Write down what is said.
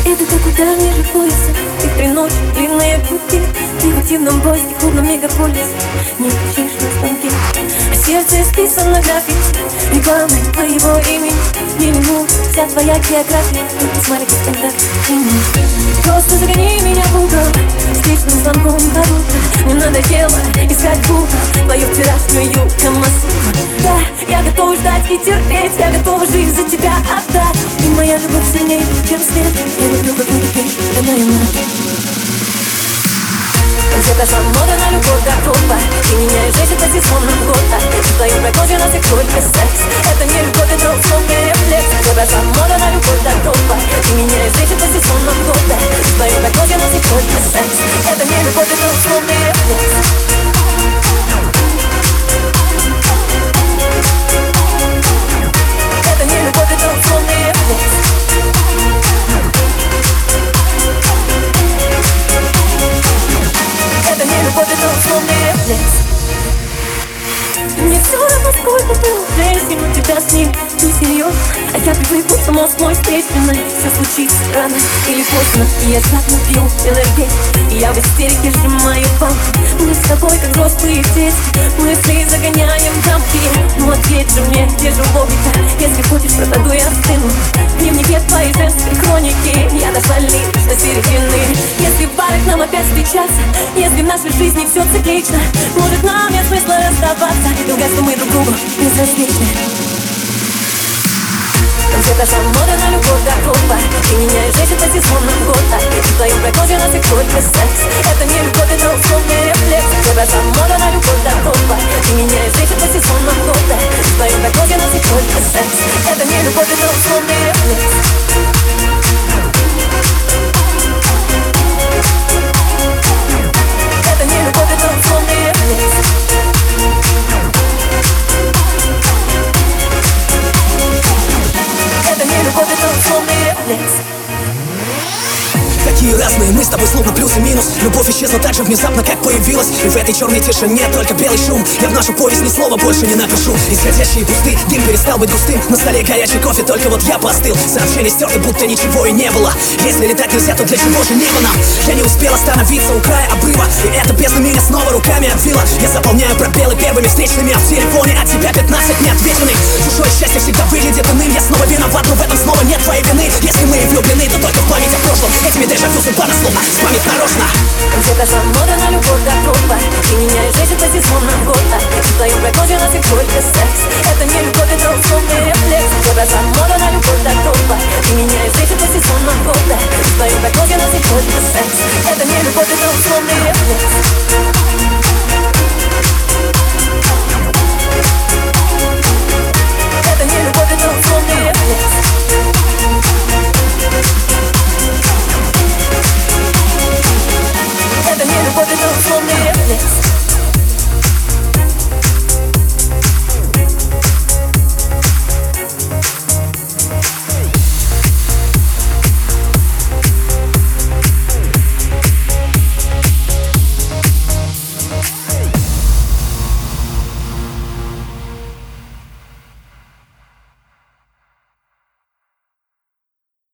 Это как удар ниже пояса. Их 3 ночи, длинные пути. Ты в активном поиске, клубном мегаполисе. Не кричишь на станке, а сердце исписано граффити. Рекламой твоего имени. Не минут, вся твоя география. Ты посмотри, как контакт. Просто загони меня в угол с личным звонком до утра. Мне надоело искать Google твою вчерашнюю камасу. Да, я готова ждать и терпеть. Я готова жизнь за тебя отдать. И моя любовь сильнее, чем свет. Я люблю, как будто ты, она и она. Где пошла мода на любовь до гроба. Ты меняешь жизнь по сезонам года. В твоем прогнозе на всех только секс. Это не любовь, это условный рефлекс. Где пошла мода на любовь до гроба. Ты меняешь жизнь по сезонам года. В твоем прогнозе на всех только секс. Это не любовь, это условный рефлекс. Это не любовь, это условный рефлекс. Это не любовь, это условный рефлекс. Мне все равно, сколько было если у тебя с ним. Ты серьезно? А я привыкла, что мозг мой встреченный. Все случится рано или поздно. И я жадно пью энергетик. И я в истерике сжимаю палку. Мы с тобой, как взрослые дети. Мысли загоняем в рамки. Ну ответь же мне, где же логика? Если хочешь, пропаду я стыну. В дневнике твоей женской хроники я дошла лишь до середины. Если в барах нам опять встречаться, если в нашей жизни все циклично, может нам нет смысла расставаться и лгать, что мы друг другу безразличны. Где пошла мода на любовь до гроба. Ты меняешь жизнь по сезонам года. В твоем прогнозе на всех только секс. Это не любовь, это условный рефлекс. Где пошла мода на любовь до гроба. Ты меняешь жизнь по сезонам года. В твоем прогнозе на всех только секс. Это не любовь, это условный рефлекс. Это не любовь, это условный рефлекс. Это не любовь, это условный рефлекс. Такие разные мы с тобой, словно плюс и минус. Любовь исчезла так же внезапно, как появилась. И в этой черной тишине только белый шум. Я в нашу повесть ни слова больше не напишу. Исходящие кусты, дым перестал быть густым. На столе горячий кофе, только вот я поостыл. Сообщения стерты, будто ничего и не было. Если летать нельзя, то для чего же небо нам? Я не успел остановиться у края обрыва. И эта бездна меня снова руками обвила. Я заполняю пробелы первыми встречными, а в телефоне от тебя 15 неотвеченных. Чужое счастье всегда выглядит иным. Я снова виноват, но в этом снова нет твоей вины. Если мы и влюблены, то только в память о прошлом. Этими дежавю судьба нас словно спамит нарочно. Где пошла мода